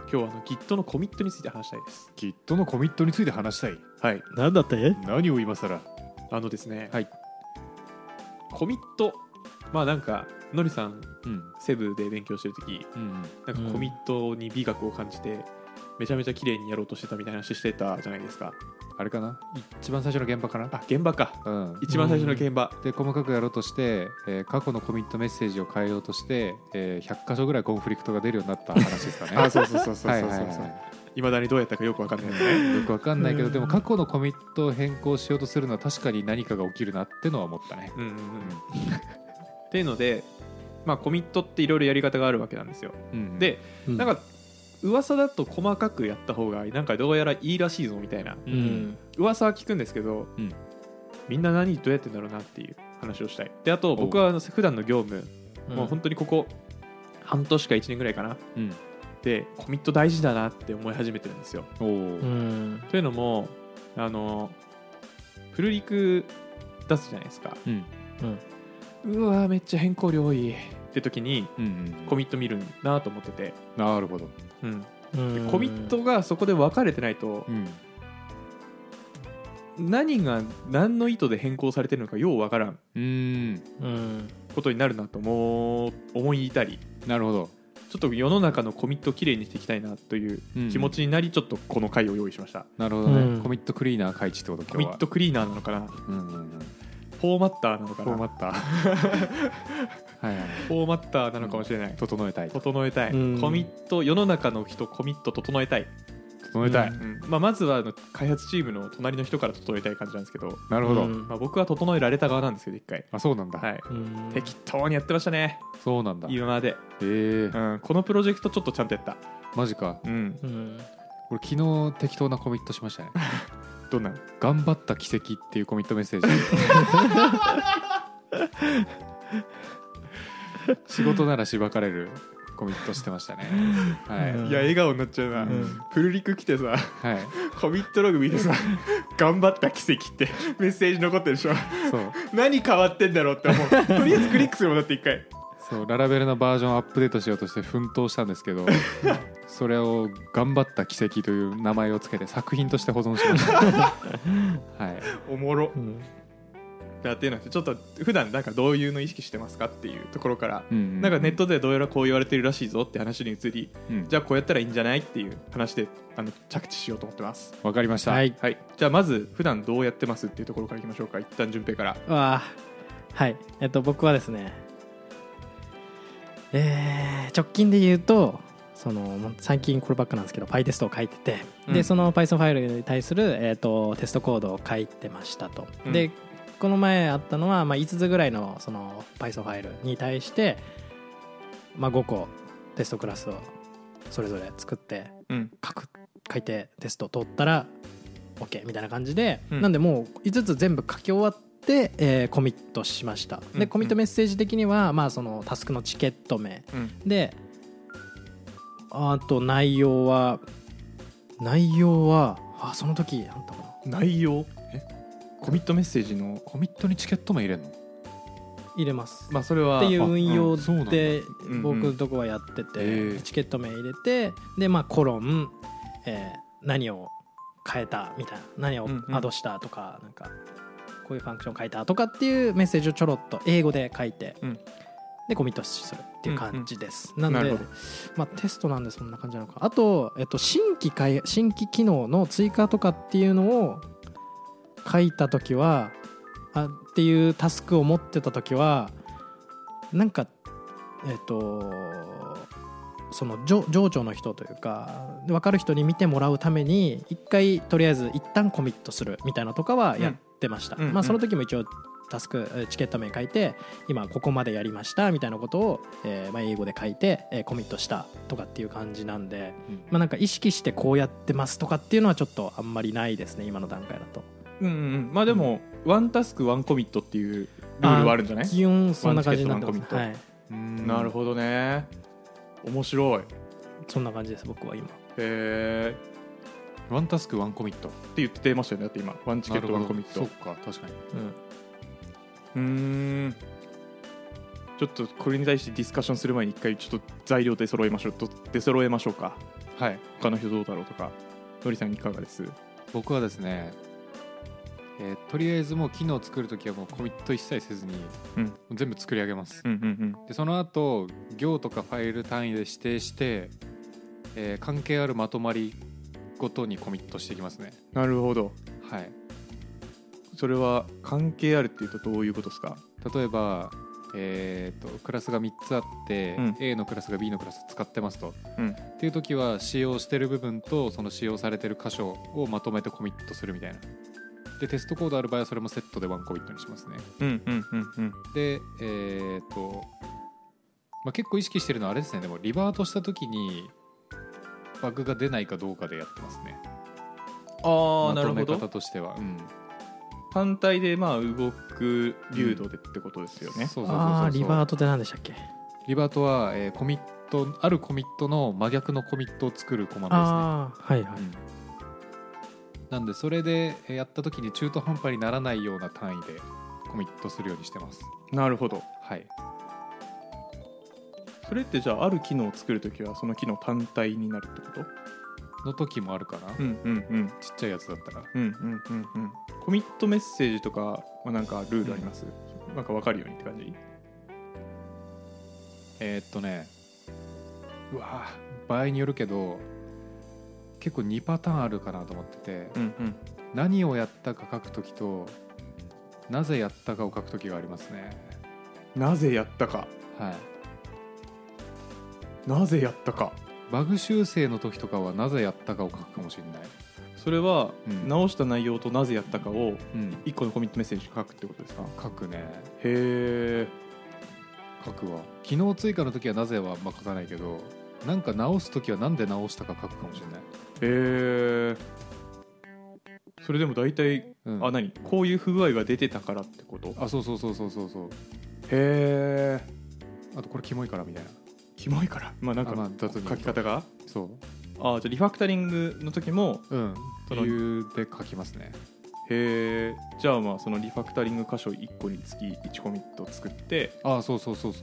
今日はGit のコミットについて話したいです。 Git のコミットについて話したい。 はい。 なんだって？ 何を今更。 ですね、 はい、 コミット、まあなんかのりさん、セブで勉強してる時、なんかコミットに美学を感じて、めちゃめちゃ綺麗にやろうとしてたみたいな話してたじゃないですか。 あれかな、一番最初の現場かな。 あ、現場か、一番最初の現場で細かくやろうとして、過去のコミットメッセージを変えようとして、100箇所ぐらいコンフリクトが出るようになった話ですかね。 あ、そういまだにどうやったかよく分かんないですね。 よく分かんないけど、でも過去のコミットを変更しようとするのは確かに何かが起きるなってのは思ったね。 っていうので、まあ、コミットっていろいろやり方があるわけなんですよ。で、なんか噂だと細かくやった方がなんかどうやらいいらしいぞみたいな、噂は聞くんですけど、みんなどうやってんだろうなっていう話をしたい。で、あと僕は普段の業務、もう本当にここ半年か1年ぐらいかな、でコミット大事だなって思い始めてるんですよ。というのもフルリク出すじゃないですか。うわめっちゃ変更量多いって時にコミット見るんだと思ってて。 なるほど。 コミットがそこで分かれてないと、何が何の意図で変更されてるのかよう分からんことになるなと思いたり。 なるほど。 ちょっと世の中のコミットをきれいにしていきたいなという気持ちになり、ちょっとこの回を用意しました。 なるほどね。コミットクリーナー開示ってこと。 コミットクリーナーなのかな、フォーマッターなのかな。 フォーマッターフォーマッターなのかもしれない。 整えたい、 コミット、世の中の人コミット整えたい。まずは開発チームの隣の人から整えたい感じなんですけど。 なるほど。 僕は整えられた側なんですけど一回。 あ、そうなんだ。 適当にやってましたね。 そうなんだ。 今まで。このプロジェクトちょっとちゃんとやった。 マジか。俺昨日適当なコミットしましたね。 どんな？ 頑張った奇跡っていうコミットメッセージ。仕事ならしばかれるコミットしてましたね。 いや笑顔になっちゃうな。フルリク来てさ、コミットログ見てさ、頑張った奇跡ってメッセージ残ってるでしょ。何変わってんだろうって思う。とりあえずクリックするもんだって一回。 そう、ララベルのバージョンアップデートしようとして奮闘したんですけど、それを頑張った奇跡という名前をつけて作品として保存しました。 おもろ。っていうのはちょっと普段なんかどういうの意識してますかっていうところから、なんかネットでどうやらこう言われてるらしいぞって話に移り、じゃあこうやったらいいんじゃないっていう話で着地しようと思ってます。 わかりました。 じゃあまず普段どうやってますっていうところからいきましょうか。一旦順平から。 僕はですね、直近で言うと最近こればっかなんですけど PyTest を書いてて、でその Python ファイルに対する、テストコードを書いてましたと。でこの前あったのは、5つぐらいのその Python ファイルに対して、5個テストクラスをそれぞれ作って、書いてテスト通ったら OK みたいな感じで、なんでもう5つ全部書き終わって、コミットしました。でコミットメッセージ的には、そのタスクのチケット名、であと内容はその時あったかな。内容コミットメッセージのコミットにチケット名入れるの？ 入れます。 それはっていう運用で僕のとこはやってて、チケット名入れて、でコロン、何を変えたみたいな、何をアドしたとか、なんかこういうファンクション変えたとかっていうメッセージをちょろっと英語で書いて、でコミットするっていう感じです。なのでテストなんでそんな感じなのか。あと、新規機能の追加とかっていうのを書いた時はっていうタスクを持ってた時は、なんかその情緒の人というか分かる人に見てもらうために一回とりあえず一旦コミットするみたいなとかはやってました。その時も一応タスクチケット名書いて、今ここまでやりましたみたいなことを、英語で書いて、コミットしたとかっていう感じなんで、なんか意識してこうやってますとかっていうのはちょっとあんまりないですね、今の段階だと。 でもワンタスクワンコミットっていうルールはあるんじゃない？ 基本そんな感じになってます。 なるほどね。面白い。 そんな感じです僕は今。 ワンタスクワンコミットって言ってましたよね。だって今ワンチケットワンコミット。 そっか、確かに。ちょっとこれに対してディスカッションする前に一回ちょっと材料出揃えましょうか。 はい、 他の人どうだろうとか。のりさんいかがです？ 僕はですね、とりあえずもう機能作るときはもうコミット一切せずに、全部作り上げます、でその後行とかファイル単位で指定して、関係あるまとまりごとにコミットしていきますね。 なるほど。 はい。 それは関係あるっていうとどういうことですか？ 例えばクラスが3つあって、A のクラスが B のクラス使ってますと、っていう時は使用してる部分とその使用されてる箇所をまとめてコミットするみたいな。でテストコードある場合はそれもセットでワンコミットにしますね。で結構意識してるのはあれですね。でもリバートした時にバグが出ないかどうかでやってますね。 なるほど。 まとめ方としては、 単体で動く流度でってことですよね。 リバートって何でしたっけ？ リバートは、コミットあるコミットの真逆のコミットを作るコマンですね。なんでそれでやった時に中途半端にならないような単位でコミットするようにしてます。 なるほど。 はい。 それってじゃあある機能を作るときはその機能単体になるってことの時もあるかな。ちっちゃいやつだったら。 コミットメッセージとかはなんかルールあります？なんか分かるようにって感じ？ 場合によるけど結構2パターンあるかなと思ってて、何をやったか書くときとなぜやったかを書くときがありますね。 なぜやったか。 はい。 なぜやったか。 バグ修正の時とかはなぜやったかを書くかもしれない。 それは、直した内容となぜやったかを1個のコミットメッセージ書くってことですか？ 書くね。 へえ。 書くわ。機能追加の時はなぜは書かないけど、なんか直す時はなんで直したか書くかもしれない。 へえ。それでも大体、何こういう不具合が出てたからってこと？ そう。 へえ。 あとこれキモいからみたいな。 キモいから、なんか書き方がそう。 じゃあリファクタリングの時も理由で書きますね。 へえ。じゃあそのリファクタリング箇所1個につき1コミット作って、 そう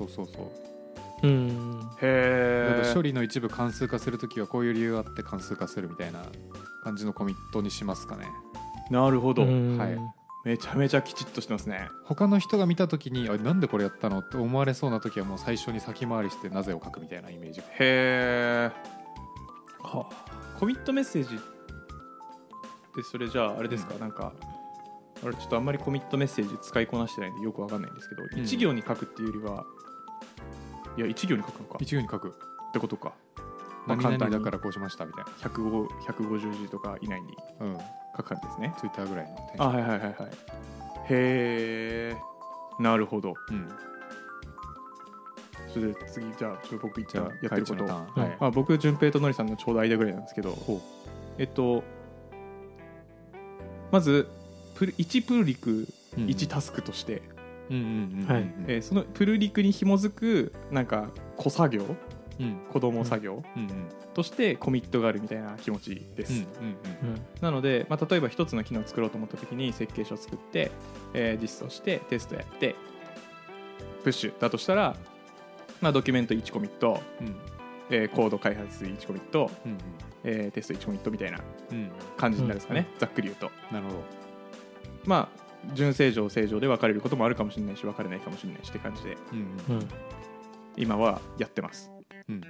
へえ。 処理の一部関数化するときはこういう理由があって関数化するみたいな感じのコミットにしますかね。 なるほど。 はい。 めちゃめちゃきちっとしてますね。 他の人が見たときになんでこれやったのって思われそうなときはもう最初に先回りしてなぜを書くみたいなイメージ。 へえ。コミットメッセージってそれじゃああれですか、なんかちょっとあんまりコミットメッセージ使いこなしてないんでよくわかんないんですけど、1行に書くっていうよりはいや1行に書くのか。 1行に書くってことか。 何々だからこうしましたみたいな。 150字とか以内に書く感じですね。 ツイッターぐらいのテンション。はい。へえ。なるほど。それで次じゃあ僕やってること、僕順平とのりさんのちょうど間ぐらいなんですけど、まず1プルリク1タスクとして、そのプルリクに紐づくなんか小作業、子供作業としてコミットがあるみたいな気持ちです。なので、例えば一つの機能を作ろうと思った時に設計書を作って、実装してテストやってプッシュだとしたら、ドキュメント1コミット、コード開発1コミット、テスト1コミットみたいな感じになるんですかね、ざっくり言うと。 なるほど。 純正常正常で分かれることもあるかもしれないし分かれないかもしれないしって感じで、今はやってます。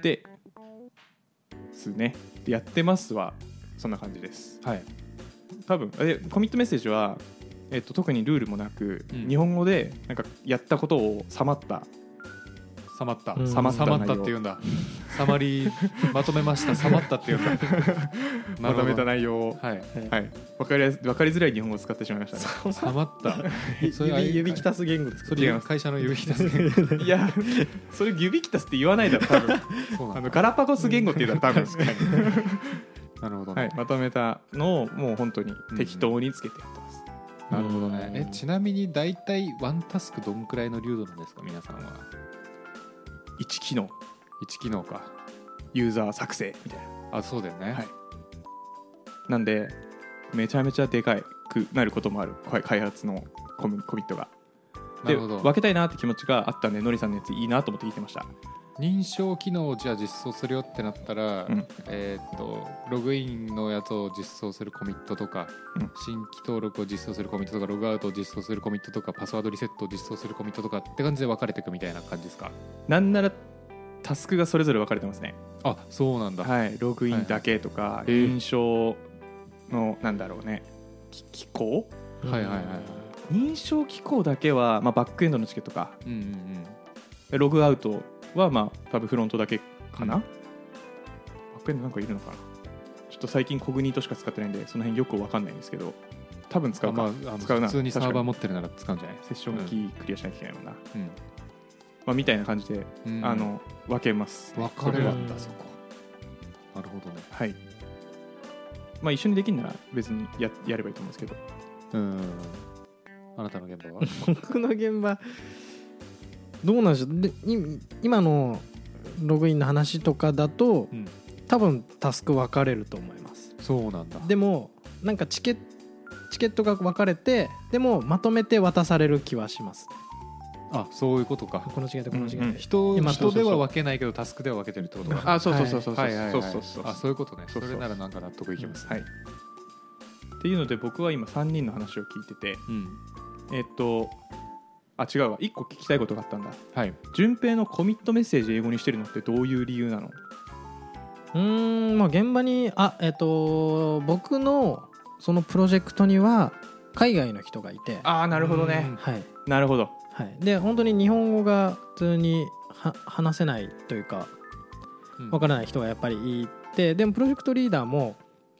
ですね。でやってますはそんな感じです。 はい。 多分コミットメッセージは、特にルールもなく、日本語でなんかやったことをさまったって言うんだ。サマリーまとめましたサマったって言うんだ。 まとめた内容を、分かりづらい日本語を使ってしまいましたね。 サマった指きたす言語それ会社の指きたす言語。 いやそれ指きたすって言わないだろ多分。ガラパゴス言語って言うだろ多分。 なるほどね。 まとめたのをもう本当に適当につけてやってます。 なるほどね。ちなみに大体ワンタスクどんくらいの流度なんですか皆さんは。 1機能か。 ユーザー作成みたいな。 そうだよね。 なんでめちゃめちゃでかくなることもある、開発のコミットが。で分けたいなって気持ちがあったんで、のりさんのやついいなと思って聞いてました。 認証機能をじゃあ実装するよってなったら、ログインのやつを実装するコミットとか、新規登録を実装するコミットとか、ログアウトを実装するコミットとか、パスワードリセットを実装するコミットとかって感じで分かれていくみたいな感じですか？ なんならタスクがそれぞれ分かれてますね。 あ、そうなんだ。 はい、ログインだけとか、認証のなんだろうね、機構、 はいはいはい、 認証機構だけは、バックエンドのチケットか、ログアウトは多分フロントだけかな、バックエンドなんかいるのかな、ちょっと最近コグニートしか使ってないんでその辺よく分かんないんですけど、多分使うか、使うな、 普通にサーバー持ってるなら使うんじゃない？ セッションキークリアしなきゃいけないもんな、みたいな感じで、分けます。 分かれるんだ、そこ。なるほどね。 はい。一緒にできるなら別に やればいいと思うんですけど。 あなたの現場は？ 僕の現場どうなんでしょう。で今のログインの話とかだと、多分タスク分かれると思います。 そうなんだ。 でもなんかチケットが分かれて、でもまとめて渡される気はします。 あ、そういうことか。 この違いとこの違い、 人では分けないけどタスクでは分けてるってことか。 あ、そう、 あ、そういうことね。それならなんか納得いきます。 はい。っていうので僕は今3人の話を聞いてて、違うわ、1個聞きたいことがあったんだ。はい。順平のコミットメッセージ英語にしてるのってどういう理由なの？ 現場に僕のそのプロジェクトには海外の人がいて、 なるほどね。はい。なるほど。 はい、で本当に日本語が普通に話せないというかわからない人がやっぱりいて、でもプロジェクトリーダーも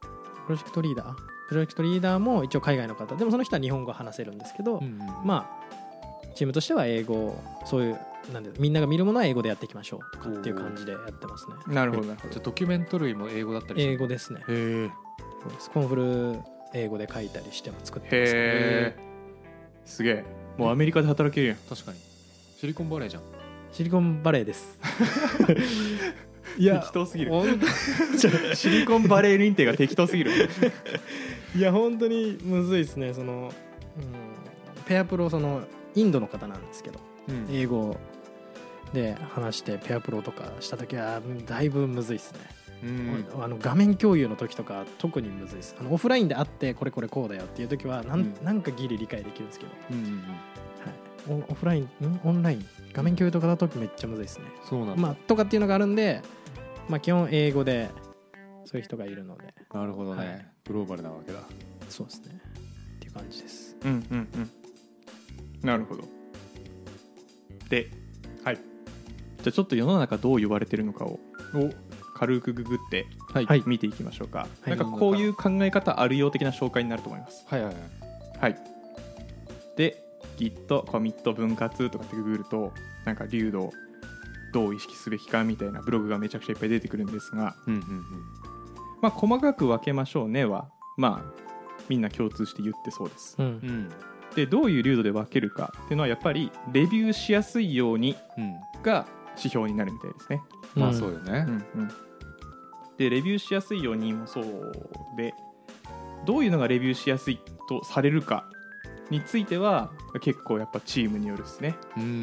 一応海外の方でも、その人は日本語話せるんですけど、チームとしては英語、そういうみんなが見るものは英語でやっていきましょうとかっていう感じでやってますね。 なるほど。じゃあドキュメント類も英語だったりして？ 英語ですね。コンフル英語で書いたりしても作ってますね。 すげえ。もうアメリカで働けるやん。 確かにシリコンバレーじゃん。 シリコンバレーです。 いや適当すぎる。シリコンバレー認定が適当すぎる。 いや本当にむずいですね。ペアプロ、インドの方なんですけど、英語で話してペアプロとかした時はだいぶむずいですね。画面共有の時とか特にむずいです。オフラインで会ってこれこうだよっていう時はなんかギリ理解できるんですけど、オフラインオンライン画面共有とかだとめっちゃむずいですね。 そうなんだ。 とかっていうのがあるんで、基本英語でそういう人がいるので。 なるほどね、グローバルなわけだ。 そうですねっていう感じです。 なるほど。で、はい、じゃあちょっと世の中どう言われてるのかを軽くググって見ていきましょうか。なんかこういう考え方あるよ的な紹介になると思います。で Git コミット分割とかってググると、なんか流度をどう意識すべきかみたいなブログがめちゃくちゃいっぱい出てくるんですが、細かく分けましょうねはみんな共通して言ってそうです。でどういう流度で分けるかっていうのはやっぱりレビューしやすいようにが指標になるみたいですね。 そうよね。 でレビューしやすいようにもそうで、どういうのがレビューしやすいとされるかについては結構やっぱチームによるですね。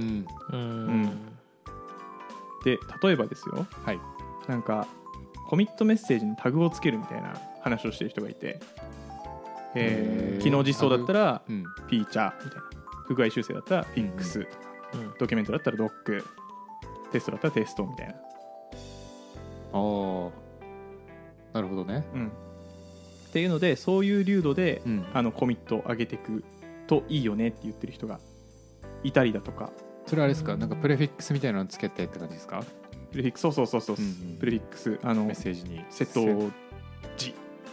で例えばですよ、なんかコミットメッセージにタグをつけるみたいな話をしてる人がいて、機能実装だったらフィーチャーみたいな、不具合修正だったらフィックスとか、ドキュメントだったらドック、テストだったらテストみたいな。 なるほどね。 っていうので、そういう流度で、コミットを上げていくといいよねって言ってる人がいたりだとか。 それあれですか、なんかプレフィックスみたいなのつけてって感じですか？ プレフィックス、そう、プレフィックス、メッセージにセット時、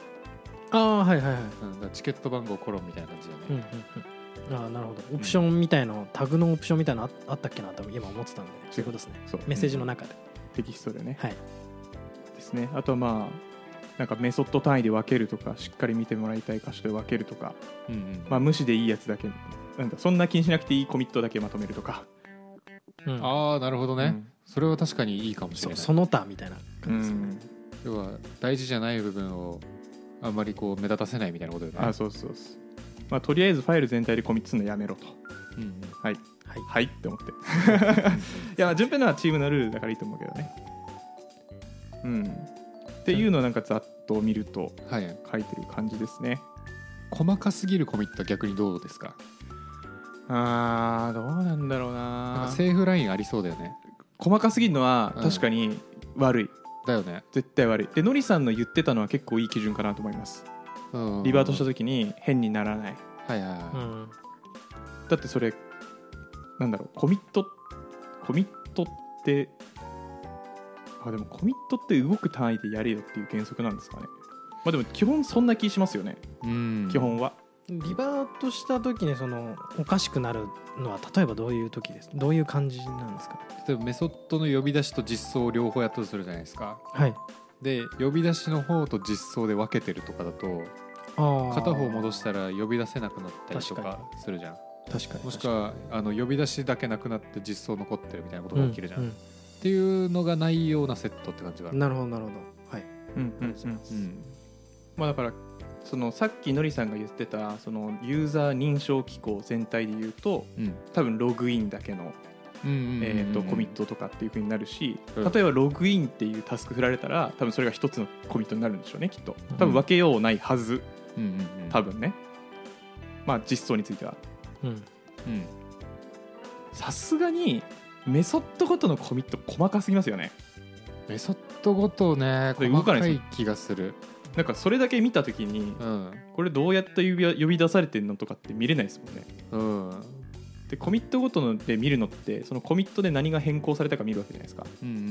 チケット番号コロンみたいな感じだね。 なるほど。オプションみたいな、タグのオプションみたいなのあったっけなと今思ってたんで、そういうことですね。メッセージの中で、 テキストでね。ですね。あとはなんかメソッド単位で分けるとか、しっかり見てもらいたい箇所で分けるとか、無視でいいやつだけ、そんな気にしなくていいコミットだけまとめるとか。 なるほどね。それは確かにいいかもしれない。 その他みたいな感じですね。 要は大事じゃない部分をあんまりこう目立たせないみたいなことよね。 そう。とりあえずファイル全体でコミットするのやめろと。 はいって思っていや順平のはチームのルールだからいいと思うけどね。っていうのをなんかざっと見ると書いてる感じですね。 細かすぎるコミットは逆にどうですか？ どうなんだろうな。 なんかセーフラインありそうだよね。 細かすぎるのは確かに悪い、 だよね。 絶対悪い。でノリさんの言ってたのは結構いい基準かなと思います。リバートした時に変にならない。だってそれなんだろう、コミットってでもコミットって動く単位でやれよっていう原則なんですかね。でも基本そんな気しますよね。基本はリバートした時にそのおかしくなるのは例えばどういう時です？どういう感じなんですか？ 例えばメソッドの呼び出しと実装を両方やったとするじゃないですか。で呼び出しの方と実装で分けてるとかだと片方戻したら呼び出せなくなったりとかするじゃん。 確かに。 もしくは呼び出しだけなくなって実装残ってるみたいなことが起きるじゃん、っていうのがないようなセットって感じがある。 なるほどなるほど。 だからそのさっきのりさんが言ってたそのユーザー認証機構全体で言うと、多分ログインだけのコミットとかっていう風になるし、例えばログインっていうタスク振られたら多分それが一つのコミットになるんでしょうね、きっと。多分分けようないはず、多分ね。実装についてはさすがにメソッドごとのコミット細かすぎますよね。 メソッドごとね細かい気がする。 なんかそれだけ見たときに、これどうやって呼び出されてるのとかって見れないですもんね。でコミットごとので見るのってそのコミットで何が変更されたか見るわけじゃないですか。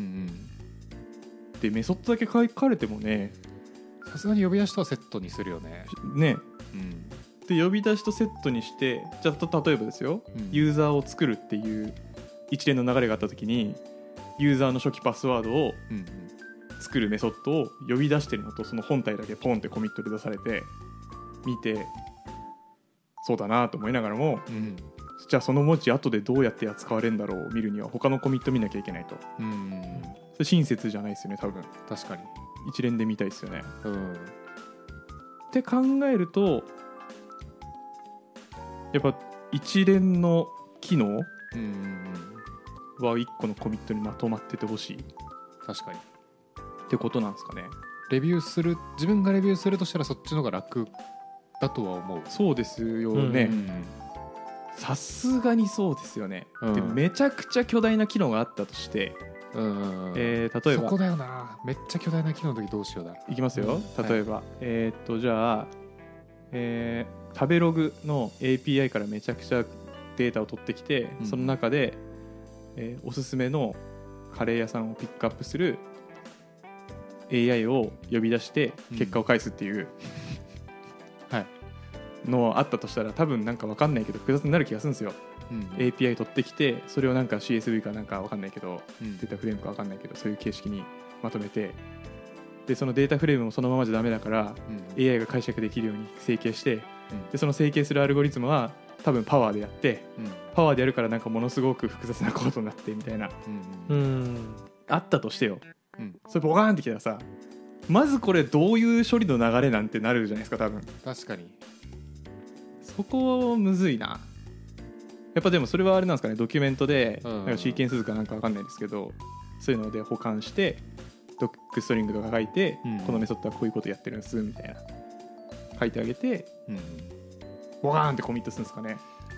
でメソッドだけ書かれてもね、 さすがに呼び出しとはセットにするよね。 で呼び出しとセットにして、じゃあ例えばですよ、ユーザーを作るっていう一連の流れがあったときにユーザーの初期パスワードを作るメソッドを呼び出してるのとその本体だけポンってコミットで出されて見て、そうだなと思いながらも、じゃあその文字後でどうやって扱われるんだろうを見るには他のコミット見なきゃいけないと。それ親切じゃないですよね多分。 確かに一連で見たいですよね。って考えるとやっぱ一連の機能は1個のコミットにまとまっててほしい。 確かにってことなんですかね。 レビューする、自分がレビューするとしたらそっちの方が楽だとは思う。 そうですよね。さすがにそうですよね。でめちゃくちゃ巨大な機能があったとして、例えばそこだよな。めっちゃ巨大な機能の時どうしようだ。 いきますよ。例えば、じゃあ、食べログの API からめちゃくちゃデータを取ってきて、その中で、おすすめのカレー屋さんをピックアップする AI を呼び出して結果を返すっていうのあったとしたら、多分なんか分かんないけど複雑になる気がするんですよ。API 取ってきてそれをなんか CSV かなんか分かんないけど、データフレームか分かんないけどそういう形式にまとめて、でそのデータフレームもそのままじゃダメだから、AI が解釈できるように整形して、でその整形するアルゴリズムは多分パワーでやって、パワーでやるからなんかものすごく複雑なコードになってみたいな、あったとしてよ、それボカーンってきたらさ、まずこれどういう処理の流れなんてなるじゃないですか多分。 確かにそこむずいな。やっぱでもそれはあれなんですかね、ドキュメントでなんかシーケンス図かなんか分かんないですけど、そういうので保管してドックストリングとか書いて、このメソッドはこういうことやってるんですみたいな書いてあげて、ボカーンってコミットするんですかね。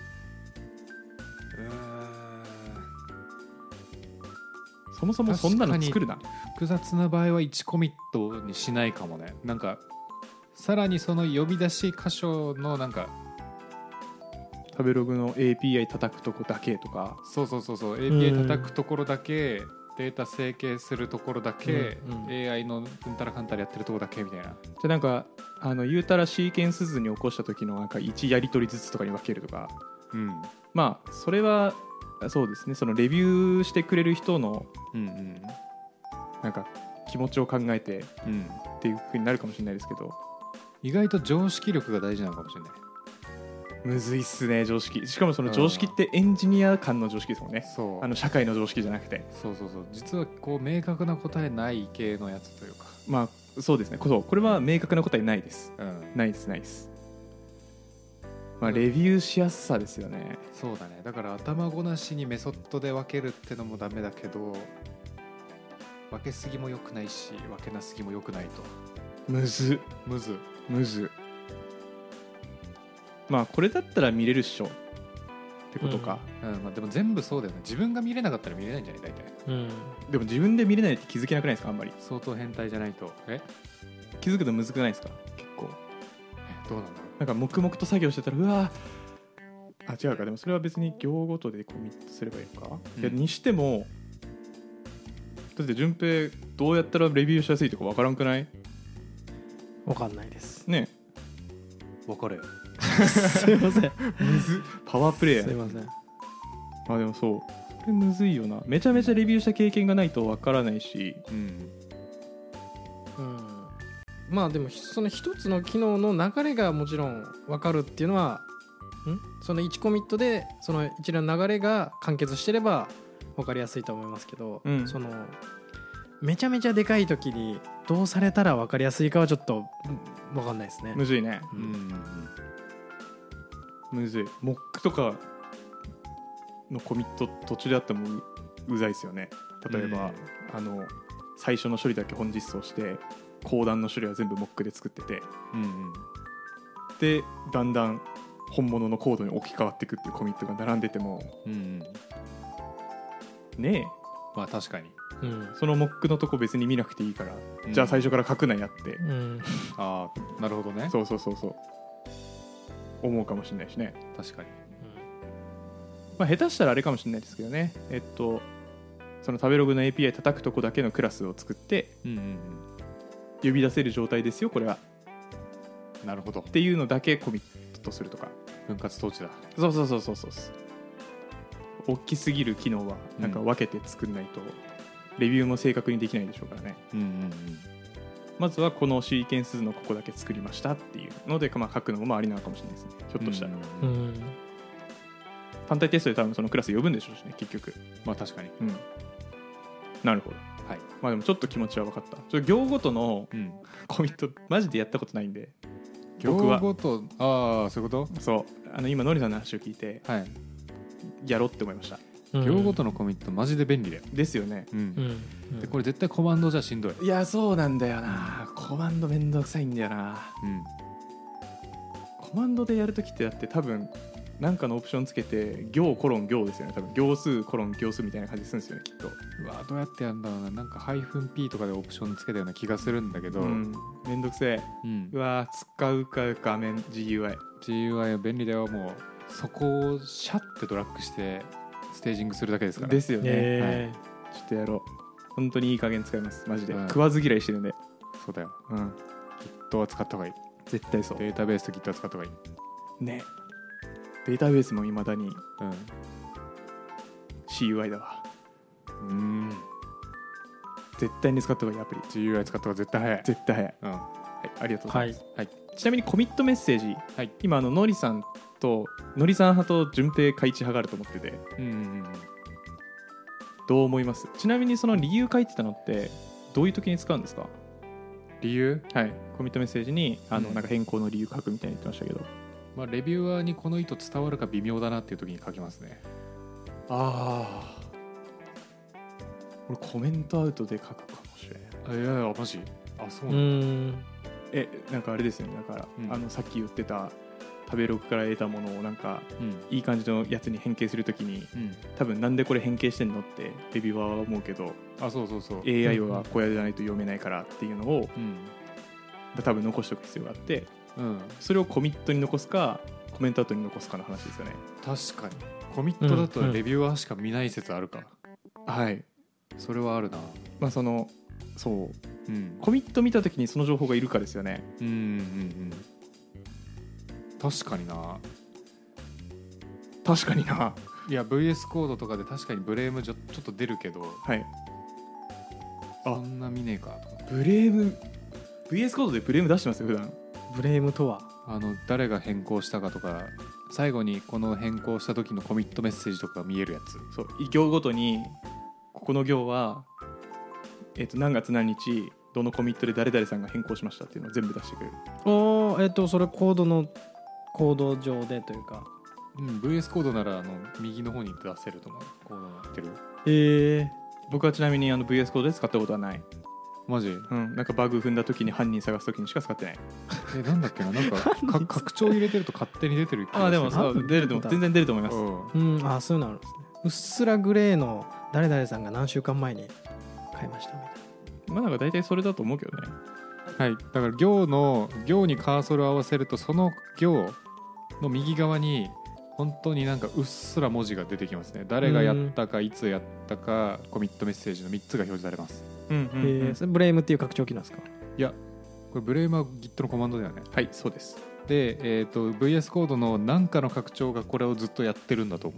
そもそもそんなの作るな。 複雑な場合は1コミットにしないかもね。なんかさらにその呼び出し箇所のなんか食べログの API 叩くとこだけとか、 そう API 叩くところだけ、データ整形するところだけ、AI のうんたらかんたらやってるところだけみたいな。 じゃあなんか言うたらシーケンス図に起こした時のなんか1やり取りずつとかに分けるとか、まあそれはそうですね、そのレビューしてくれる人のなんか気持ちを考えてっていう風になるかもしれないですけど、 意外と常識力が大事なのかもしれない。 むずいっすね常識。しかもその常識ってエンジニア間の常識ですもんね。社会の常識じゃなくて、 そう実はこう明確な答えない系のやつというか、 まあそうですね、これは明確な答えないです、ないです。 まあ、レビューしやすさですよね。 そうだね。だから頭ごなしにメソッドで分けるってのもダメだけど、分けすぎも良くないし分けなすぎも良くないと。 むずまあこれだったら見れるっしょってことか、 まあ、でも全部そうだよね。自分が見れなかったら見れないんじゃない大体、 でも自分で見れないって気づけなくないですか？あんまり相当変態じゃないと。 気づくのむずくないですか？結構どうなんだろう。 なんか黙々と作業してたら、うわ違うか。でもそれは別に行ごとでコミットすればいいのか、いやにしてもだって順平どうやったらレビューしやすいとか分からんくない？ 分かんないですね。 分かれよすいませんむずパワープレイヤー。 すいません。 でもそうこれむずいよな。めちゃめちゃレビューした経験がないと分からないし、 まあでもその一つの機能の流れがもちろん分かるっていうのはその1コミットでその一連の流れが完結してれば分かりやすいと思いますけど、そのめちゃめちゃでかい時にどうされたら分かりやすいかはちょっと分かんないですね。 むずいね、むずい。モックとかのコミット途中であっても うざいですよね。例えば、最初の処理だけ本実装して後段の処理は全部モックで作ってて、でだんだん本物のコードに置き換わっていくっていうコミットが並んでても、ねえ、 まあ確かに、 そのモックのとこ別に見なくていいから、じゃあ最初から書くなやって、 ああなるほどね。 そう思うかもしれないしね。 確かに、 まあ、下手したらあれかもしれないですけどね。その食べログの API 叩くとこだけのクラスを作って、呼び出せる状態ですよこれは。 なるほど。 っていうのだけコミットするとか。 分割統治だ。 そう大きすぎる機能はなんか分けて作んないとレビューも正確にできないでしょうからね。まずはこのシーケンス図のここだけ作りましたっていうので、まあ、書くのもありなのかもしれないですね。ひょっとしたら、単体テストで多分そのクラス呼ぶんでしょうしね結局。 まあ確かに、 なるほど。はい。まあでもちょっと気持ちは分かった。行ごとのコミットマジでやったことないんで、僕は行ごと、ああそういうこと。 そう今のりさんの話を聞いて、やろうって思いました。 行ごとのコミットマジで便利だよ。 ですよね。 でこれ絶対コマンドじゃしんどい。 いやそうなんだよな、コマンドめんどくさいんだよな、コマンドでやるときってだって多分なんかのオプションつけて行コロン行ですよね。多分行数コロン行数みたいな感じするんですよねきっと。 うわどうやってやるんだろうな。なんかハイフン P とかでオプションつけたような気がするんだけど、 めんどくせえ、うわ使うか画面 GUI は便利だよ。もうそこをシャッてドラッグしてステージングするだけですから。 ですよね、ちょっとやろう。本当にいい加減使いますマジで、食わず嫌いしてるんで。 そうだよ、Git は使った方がいい。 絶対そう。 データベースと Git は使った方がいいね。データベースも未だに、CUI だわ。絶対に使った方がいいアプリ。 GUI 使った方が絶対早い。 絶対早い、ありがとうございます、ちなみにコミットメッセージ、今のりさん派と順平開一派があると思ってて、どう思います？ちなみにその理由書いてたのってどういう時に使うんですか？ 理由？ コミットメッセージになんか変更の理由書くみたいに言ってましたけど、 まあ、レビューアーにこの意図伝わるか微妙だなっていう時に書きますね。 俺コメントアウトで書くかもしれない。 いやマジ？そうなんだ。 なんかあれですよね。だから、さっき言ってた食べログから得たものをなんか、いい感じのやつに変形するときに、多分なんでこれ変形してんのってレビューアーは思うけど、 そう AI はこうやらないと読めないからっていうのを、多分残しておく必要があって、それをコミットに残すかコメントアウトに残すかの話ですよね。 確かにコミットだとレビューアーしか見ない説あるか。それはあるな。 まあそう、コミット見たときにその情報がいるかですよね。 確かにな。いや VS コードとかで確かにブレームちょっと出るけど、そんな見ねえかと。 ブレーム VS コードでブレーム出してますよ普段。 ブレームとは誰が変更したかとか、最後にこの変更した時のコミットメッセージとかが見えるやつ。 行ごとにここの行は、何月何日どのコミットで誰々さんが変更しましたっていうのを全部出してくれる。 それコードのコード上でというか、 VS コードなら右の方に出せると思う。コードになってる。 僕はちなみにVS コードで使ったことはない。 マジ？ なんかバグ踏んだ時に犯人探す時にしか使ってない。 なんだっけな、なんか拡張入れてると勝手に出てる気がする。 でも出ると全然出ると思います。 そういうのあるんですね。うっすらグレーの誰々さんが何週間前に買いましたみたいな。 なんか大体それだと思うけどね。 はい、だから行にカーソルを合わせると、その行の右側に本当になんかうっすら文字が出てきますね。誰がやったか、いつやったか、コミットメッセージの3つが表示されます。 それブレイムっていう拡張機なんですか？ いや、これブレイムは Git のコマンドだよね。 はい、そうです。 で、VS コードの何かの拡張がこれをずっとやってるんだと思う。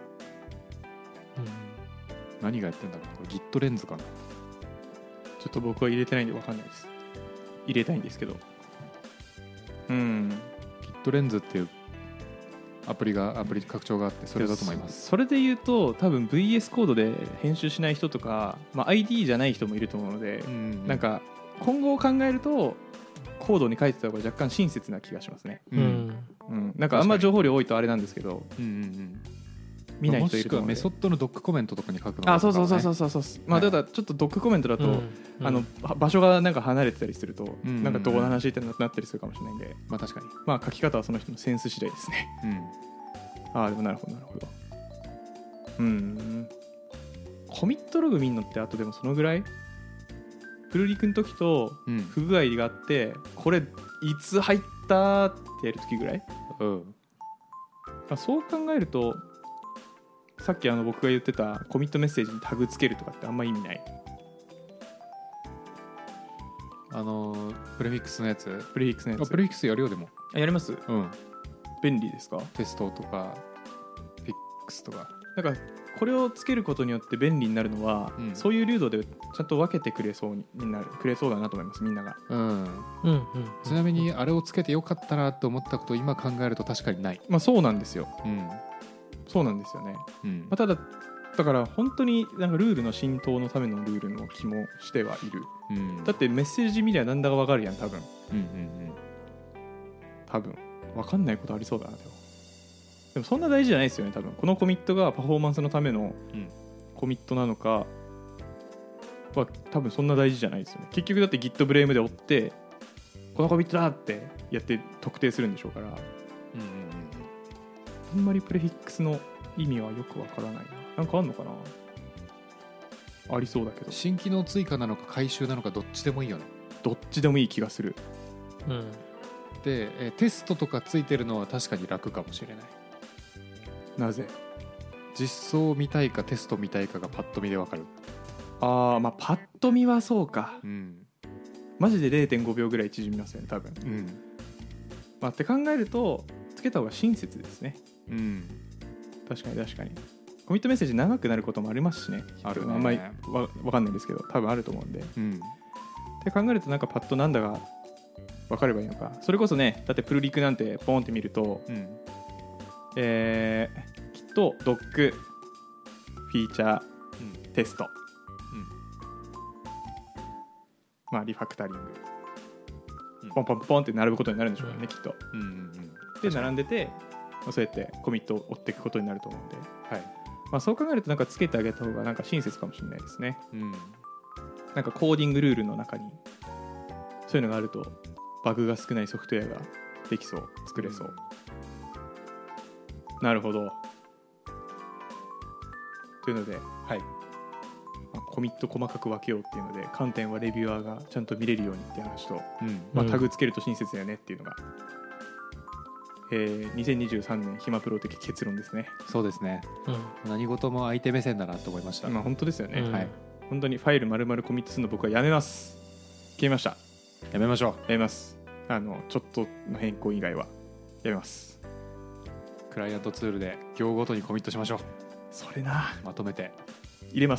何がやってんだろう。これ Git レンズかな。 ちょっと僕は入れてないんで分かんないです。入れたいんですけど。 Git レンズっていうアプリ拡張があって、それだと思います。 それで言うと多分 VS コードで編集しない人とか、ID じゃない人もいると思うので、なんか今後を考えるとコードに書いてた方が若干親切な気がしますね。なんかあんま情報量多いとあれなんですけど、見ない人いると思うので。 もしくはメソッドのドックコメントとかに書くのが、 そう。ただちょっとドックコメントだと、場所がなんか離れてたりすると、なんかどこの話ってなったりするかもしれないんで、 確かに書き方はその人のセンス次第ですね。でもなるほど。コミットログ見んのってあとでもそのぐらい、プルリクの時と不具合があって、これいつ入ったってやる時ぐらい。そう考えるとさっき僕が言ってたコミットメッセージにタグつけるとかってあんま意味ない。 プレフィックスのやつ。 プレフィックスやるよ。でもやります。便利ですか？ テストとかフィックスとか。 なんかこれをつけることによって便利になるのは、そういう流度でちゃんと分けてくれそうだなと思います。みんなが。 ちなみにあれをつけてよかったなと思ったことを今考えると確かにない。 そうなんですよ。そうなんですよね。ただだから本当になんかルールの浸透のためのルールの気もしてはいる。だってメッセージ見りゃなんだか分かるやん、多分。多分分かんないことありそうだな。でもそんな大事じゃないですよね、多分。このコミットがパフォーマンスのためのコミットなのかは多分そんな大事じゃないですよね。結局だって Git ブレームで追ってこのコミットだってやって特定するんでしょうから、あんまりプレフィックスの意味はよくわからないな。なんかあんのかな。ありそうだけど。 新機能追加なのか回収なのかどっちでもいいよね。 どっちでもいい気がする。 で、テストとかついてるのは確かに楽かもしれない。 なぜ？ 実装を見たいかテスト見たいかがパッと見で分かる。 パッと見はそうか。マジで 0.5 秒ぐらい縮みますよね、多分。って考えるとつけた方が親切ですね。確かに。コミットメッセージ長くなることもありますしね。あんまり分かんないですけど、多分あると思うんで。って考えるとなんかパッとなんだか分かればいいのか。それこそね、だってプルリクなんてポンって見ると、きっとドックフィーチャー、テスト、リファクタリング、ポンポンポンって並ぶことになるんでしょうね、きっと。で並んでて、そうやってコミットを追っていくことになると思うんで、そう考えるとなんかつけてあげた方がなんか親切かもしれないですね。なんかコーディングルールの中にそういうのがあるとバグが少ないソフトウェアができそう、作れそう。なるほど。というので、コミット細かく分けようっていうので、観点はレビュアーがちゃんと見れるようにっていう話と、タグつけると親切だよねっていうのが、2023年暇プロ的結論ですね。 そうですね。何事も相手目線だなと思いました。 本当ですよね。本当にファイル丸々コミットするの僕はやめます。決めました。 やめましょう。 やめます。ちょっとの変更以外はやめます。 クライアントツールで行ごとにコミットしましょう。 それな。 まとめて入れます。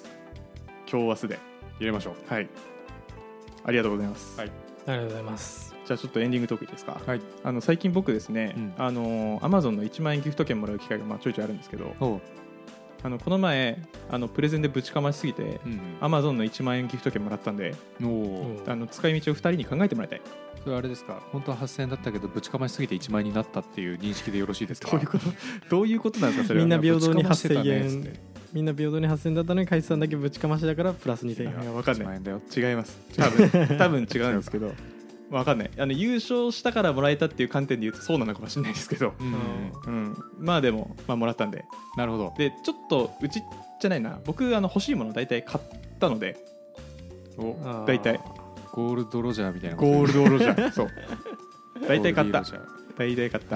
今日明日で入れましょう。 ありがとうございます。 ありがとうございます。 じゃあちょっとエンディングトークいいですか。最近僕ですね、Amazon の1万円ギフト券もらう機会がちょいちょいあるんですけど、 この前プレゼンでぶちかましすぎて、Amazon の1万円ギフト券もらったんで、使い道を2人に考えてもらいたい。 それあれですか、本当は8000円だったけどぶちかましすぎて1万円になったっていう認識でよろしいですか？ どういうことなんですかそれは。 みんな平等に8000円、みんな平等に8000円だったのに海津さんだけぶちかましだからプラス2000円。 いや分かんない、違います多分違うんですけど分かんない。優勝したからもらえたっていう観点で言うとそうなのかもしれないですけど、まあでも、もらったんで。 なるほど。 でちょっとうちじゃないな、僕欲しいもの大体買ったので、大体ゴールドロジャーみたいな。 ゴールドロジャーそう大体買った、大体買った、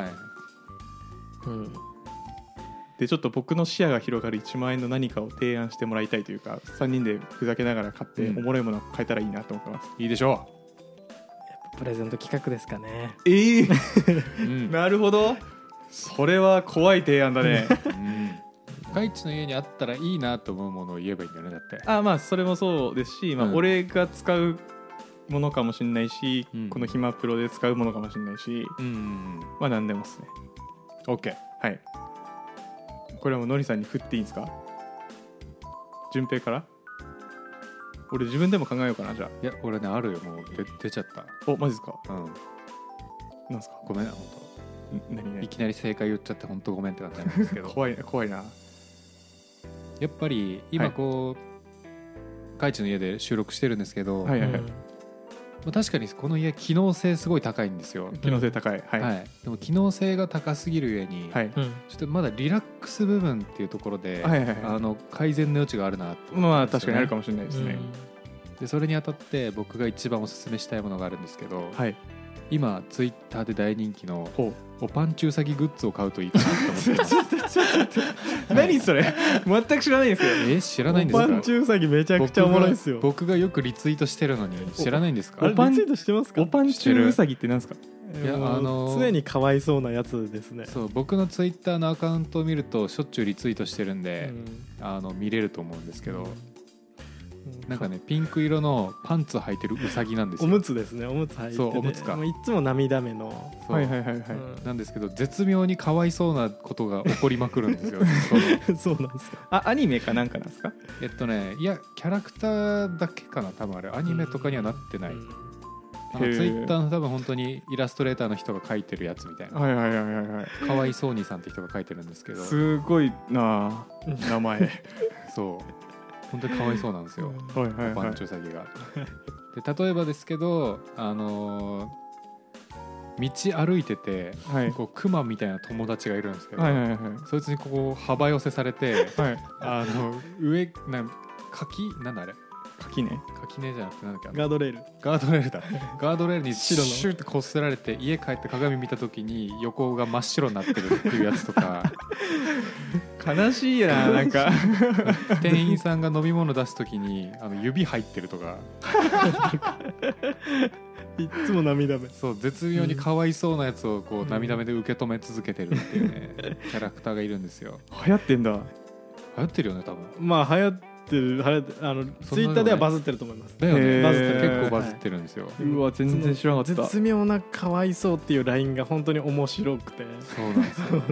でちょっと僕の視野が広がる1万円の何かを提案してもらいたいというか、3人でふざけながら買っておもろいものを買えたらいいなと思ってます。 いいでしょう。プレゼント企画ですかね。 なるほど、それは怖い提案だね。 海地の家にあったらいいなと思うものを言えばいいんだよね。だってまあそれもそうですし、俺が使うものかもしれないし、この暇プロで使うものかもしれないし、まあ何でもですね。 OK、 はい。これはもうのりさんに振っていいんですか？順平から？俺自分でも考えようかな。じゃあいや俺ねあるよ、もう出ちゃった。 おマジですか？なんすか？ ごめん、本当いきなり正解言っちゃって本当ごめんって感じなんですけど怖いな。 やっぱり今こう海地の家で収録してるんですけど、確かにこの家機能性すごい高いんですよ。 機能性高い、 でも機能性が高すぎる上に、ちょっとまだリラックス部分っていうところで、改善の余地があるなと、 まあ確かにあるかもしれないですね。 でそれにあたって僕が一番おすすめしたいものがあるんですけど、今ツイッターで大人気のおパンチウサギグッズを買うといいかなと思ってます何それ全く知らないんですよ。 知らないんですか？ おパンチウサギめちゃくちゃおもろいですよ。 僕がよくリツイートしてるのに知らないんですか？ リツイートしてますか？ おパンチウサギって何ですか？ いや常にかわいそうなやつですね。 そう、僕のツイッターのアカウントを見るとしょっちゅうリツイートしてるんで、見れると思うんですけど、なんかねピンク色のパンツ履いてるウサギなんですよ。 おむつですね。おむつ履いてて、 そうおむつか、 もういつも涙目の、 なんですけど絶妙にかわいそうなことが起こりまくるんですよそうなんですよ。 アニメかなんかなんですか？ いやキャラクターだけかな、多分あれアニメとかにはなってない。ツイッターの多分本当にイラストレーターの人が描いてるやつみたいな、かわいそうにさんって人が描いてるんですけど、 すごいな名前そう本当にかわいそうなんですよ、おパンチウサギが。で例えばですけど、道歩いてて、こうクマみたいな友達がいるんですけど、そいつにこう幅寄せされて、上なんだあれ垣根じゃなくてなんだっけ、 ガードレールだ。 ガードレールにシューってこすられて家帰って鏡見た時に横が真っ白になってるっていうやつとか悲しいな。なんか店員さんが飲み物出す時に指入ってるとかいつも涙目。 そう絶妙にかわいそうなやつをこう涙目で受け止め続けてるっていうね、キャラクターがいるんですよ。 流行ってんだ。 流行ってるよね多分。 まあ流行ってるツイッターではバズってると思います。 だよね、結構バズってるんですよ。 うわ全然知らなかった。 絶妙なかわいそうっていうラインが本当に面白くて。 そうなんですよ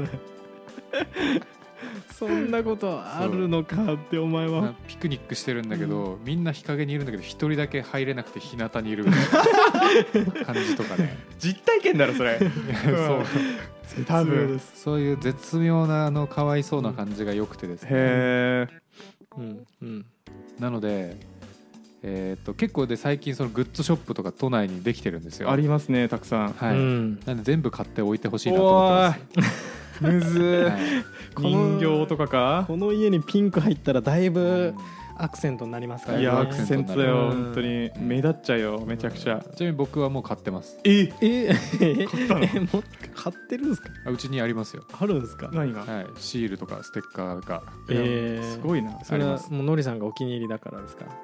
そんなことあるのかってお前は。 ピクニックしてるんだけど、みんな日陰にいるんだけど一人だけ入れなくて日向にいる感じとかね。 実体験だろそれそう多分そういう絶妙なかわいそうな感じが良くてですね、 へー、 なので、結構で最近そのグッズショップとか都内にできてるんですよ。 ありますねたくさん。 なんで全部買って置いてほしいなと思ってます。 むず人形とかか。 この家にピンク入ったらだいぶアクセントになりますからね。 いやアクセントだよ本当に。目立っちゃうよめちゃくちゃ。 ちなみに僕はもう買ってます。 買ったの？もう買ってるんですか？ うちにありますよ。 あるんですか？ 何が？ シールとかステッカーが。 すごいな。 それはもうのりさんがお気に入りだからですか？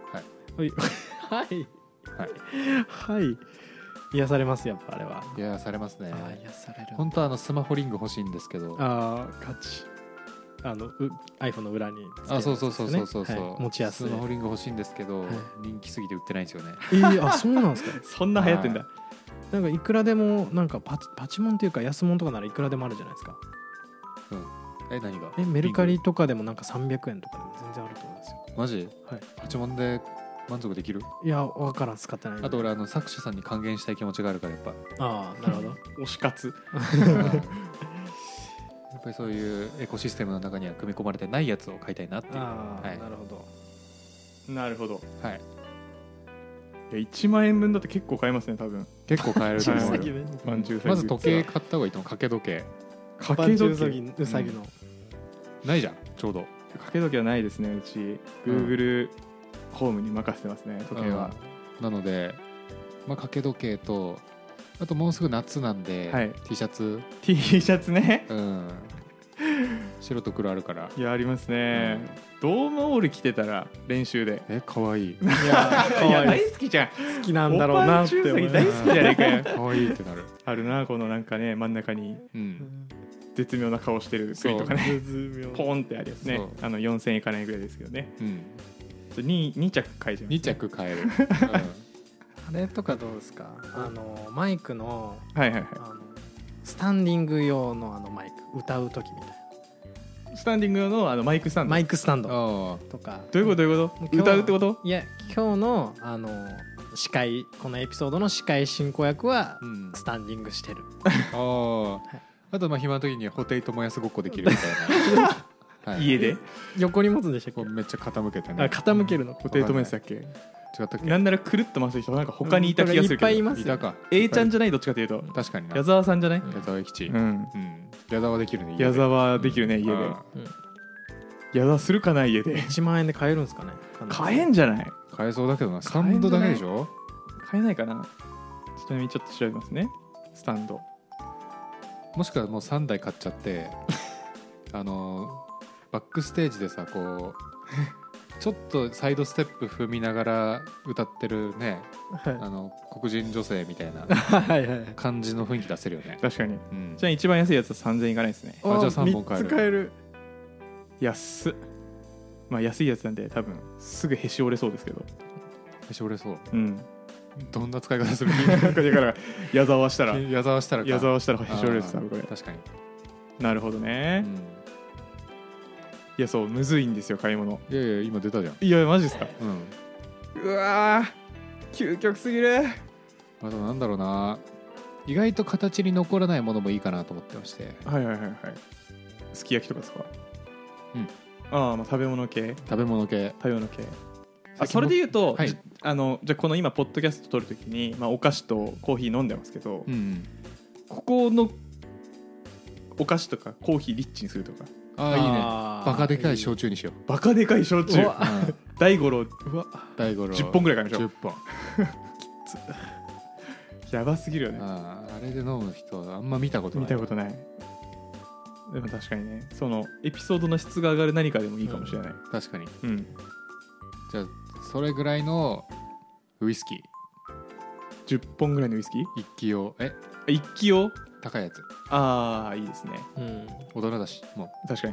はい。癒されますやっぱあれは。 癒されますね。 癒される。 本当はスマホリング欲しいんですけど。 ガチ。iPhone の裏にそうそう、 持ちやすいスマホリング欲しいんですけど、人気すぎて売ってないんですよね。 そうなんですか？ そんな流行ってんだ。 なんかいくらでもなんかパチモンっていうか安モンとかならいくらでもあるじゃないですか。 何がメルカリとかでもなんか300円とかでも全然あると思うんですよ。 マジ？はい。パチモンで満足できる？いや分からん、使ってない。 あと俺作者さんに還元したい気持ちがあるからやっぱ。 ああなるほど。 推し活。 やっぱりそういうエコシステムの中には組み込まれてないやつを買いたいなっていう。 ああ、はい、なるほど。 なるほど。 はい。 いや1万円分だって結構買えますね多分。 結構買えると思うよ。まず時計買った方がいいと思う。掛け時計。 掛け時計。うさぎの。 ないじゃんちょうど。 掛け時計はないですねうち。Google、ホームに任せてますね時計は。 なので、掛け時計とあともうすぐ夏なんで、はい、T シャツ。 T シャツね。 白と黒あるから。 いやありますね。ドームオール着てたら練習で。 かわいい。 いや大好きじゃん。 好きなんだろうなって思う。 大好きじゃねえかよ。 かわいいってなる。 あるなこのなんかね真ん中に絶妙な顔してるプリとかね。ポンってあるやつね。4000円いかないぐらいですけどね。2着買えちゃう。 2着買える。 あれとかどうですか？マイクのはいはいはい。 スタンディング用のマイク歌う時みたいな。スタンディング用のマイクスタンド。 マイクスタンドとか。 どういうこと？歌うってこと？ いや今日の司会このエピソードの司会進行役はスタンディングしてる。 あと暇な時に布袋寅泰ごっこできるみたいな。 家で横に持つんでしたっけ？ めっちゃ傾けてね。 傾けるの。 布袋寅泰だっけ？ 違ったっけ？ なんならくるっと回す人なんか他にいた気がするけど。 いっぱいいます。 いたか。 A ちゃんじゃないどっちかというと。 確かにな。 矢沢さんじゃない？ 矢沢永吉。矢沢できるね。 矢沢できるね家で。矢沢するかな家で。 1万円で買えるんですかね？ 買えんじゃない？ 買えそうだけどな。スタンドだけでしょ？ 買えないかな。ちなみにちょっと調べますね。スタンド。 もしくはもう3台買っちゃってバックステージでさこうちょっとサイドステップ踏みながら歌ってるね、黒人女性みたいな感じの雰囲気出せるよね。 確かに。じゃあ一番安いやつは3000円いかないですね。 じゃあ3本買える。 3つ買える。 安っ。安いやつなんで多分すぐへし折れそうですけど。 へし折れそう。どんな使い方する？ だから矢沢したらへし折れるさこれ。 確かに。 なるほどね。いやそうむずいんですよ買い物。 いや今出たじゃん。 いやマジですか？うわ究極すぎる。 あとなんだろうな、意外と形に残らないものもいいかなと思ってまして。 はいすき焼きとかですか？食べ物系。それで言うと、じゃあこの今ポッドキャスト撮るときに、お菓子とコーヒー飲んでますけど、ここのお菓子とかコーヒーリッチにするとか。 いいね。バカでかい焼酎にしよう。 バカでかい焼酎。大五郎10本ぐらい買いましょう。 10本。 やばすぎるよね。 あれで飲む人はあんま見たことない。 でも確かにね、そのエピソードの質が上がる何かでもいいかもしれない。 確かに。じゃあそれぐらいのウイスキー 10本ぐらいのウイスキー一気用。 一気用高いやつ。 いいですね。 大人だしもう。確かに。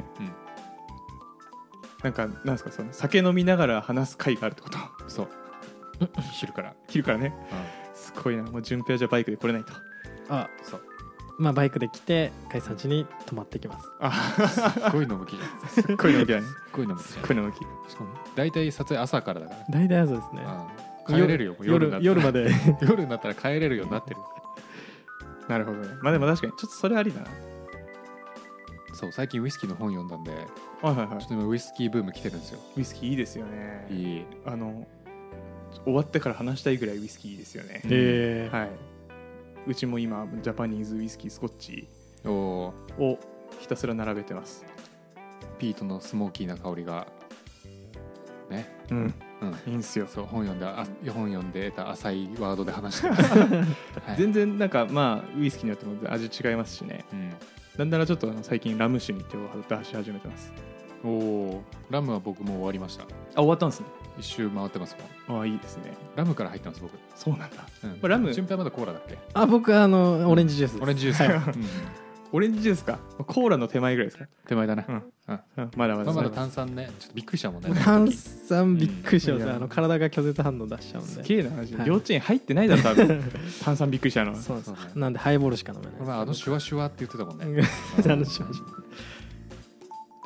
なんですかその酒飲みながら話す会があるってこと？ そう。昼からね。すごいな。もう順平じゃバイクで来れないと。 そう。 バイクで来て海さん家に泊まってきます。 すっごい飲む気じゃん。 すっごい飲む気だね。 すっごい飲む気。 しかも大体撮影朝からだから。 大体朝ですね。 帰れるよ。夜まで。 夜になったら帰れるようになってる。 なるほどね。でも確かにちょっとそれありだな。 そう最近ウイスキーの本読んだんで、 ちょっと今ウイスキーブーム来てるんですよ。 ウイスキーいいですよね。 いい。 終わってから話したいぐらいウイスキーいいですよね。はい。うちも今ジャパニーズウイスキースコッチをひたすら並べてます。 ピートのスモーキーな香りがね。いいんすよ。そう本読んで得た浅いワードで話してます。 全然ウイスキーによっても味違いますしね。なんならちょっと最近ラム酒に手を出し始めてます。 ラムは僕も終わりました。 終わったんですね。 一周回ってますもん。いいですね。 ラムから入ってます僕。 そうなんだ。 ラム。順平まだコーラだっけ？ 僕オレンジジュースです。 オレンジジュース。 オレンジジュースか。コーラの手前ぐらいですか？ 手前だな。 まだ炭酸ね。ちょっとびっくりしたもんね。 炭酸びっくりします。体が拒絶反応出しちゃうんで。 すげえな話。幼稚園入ってないだろ多分。炭酸びっくりしたのは。 そうです。なんでハイボールしか飲めない。 シュワシュワって言ってたもんね。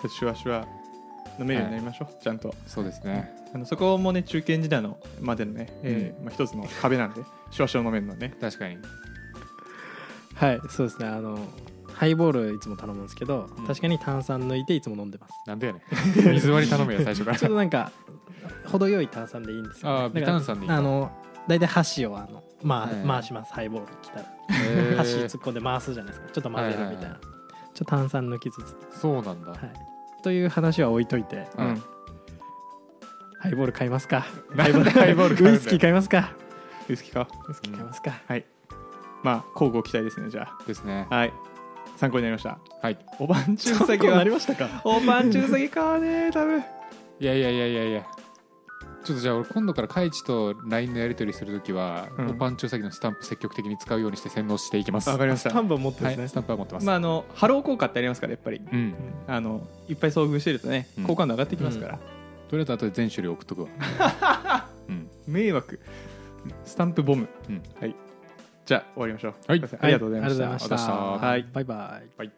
シュワシュワ飲めるようになりましょう、ちゃんと。 そうですね。 そこもね中堅時代のまでのね、一つの壁なんでシュワシュワ飲めるのね。 確かに。 はい、そうですね。ハイボールいつも頼むんですけど、確かに炭酸抜いていつも飲んでます。 なんでやねん。水割り頼むよ最初から。 ちょっとなんか程よい炭酸でいいんですよ、ね。 微炭酸でいい。 だいたい箸を回します。ハイボール来たら箸突っ込んで回すじゃないですか。ちょっと混ぜるみたいな。ちょっと炭酸抜きつつ。 そうなんだ。 という話は置いといて、ハイボール買いますか。 ハイボールウイスキー買いますか。 ウイスキーか。 ウイスキー買いますか。 はい。まあ交互期待ですね。じゃあ。 ですね。 はい。参考になりました。 はい。 おばんちゅうさぎはなりましたか。 おばんちゅうさぎかね多分。 いや。ちょっとじゃあ俺今度からカイチと LINE のやり取りするときは、おばんちゅうさぎのスタンプ積極的に使うようにして洗脳していきます。 わかりました。 スタンプは持ってますね。 スタンプは持ってます。 まあハロー効果ってありますからやっぱり。いっぱい遭遇してるとね好感度上がってきますから。 とりあえず後で全種類送っとくわ。 迷惑。スタンプボム。はい。じゃあ終わりましょう。 はい。 ありがとうございました。 はい。バイバイ。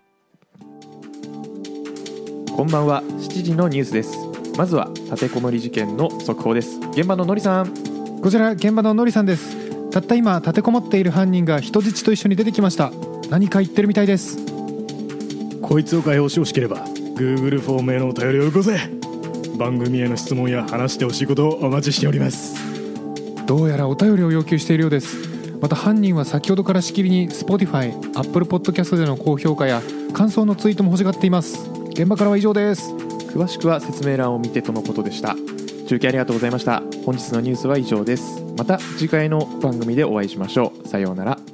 こんばんは。7時のニュースです。まずは立てこもり事件の速報です。現場ののりさん。 こちら現場ののりさんです。たった今立てこもっている犯人が人質と一緒に出てきました。何か言ってるみたいです。 こいつを解放してほしければ Google フォームへのお便りをよこせ。番組への質問や話してほしいことをお待ちしております。 どうやらお便りを要求しているようです。また犯人は先ほどからしきりに Spotify、Apple Podcast での高評価や感想のツイートも欲しがっています。現場からは以上です。 詳しくは説明欄を見てとのことでした。中継ありがとうございました。本日のニュースは以上です。また次回の番組でお会いしましょう。さようなら。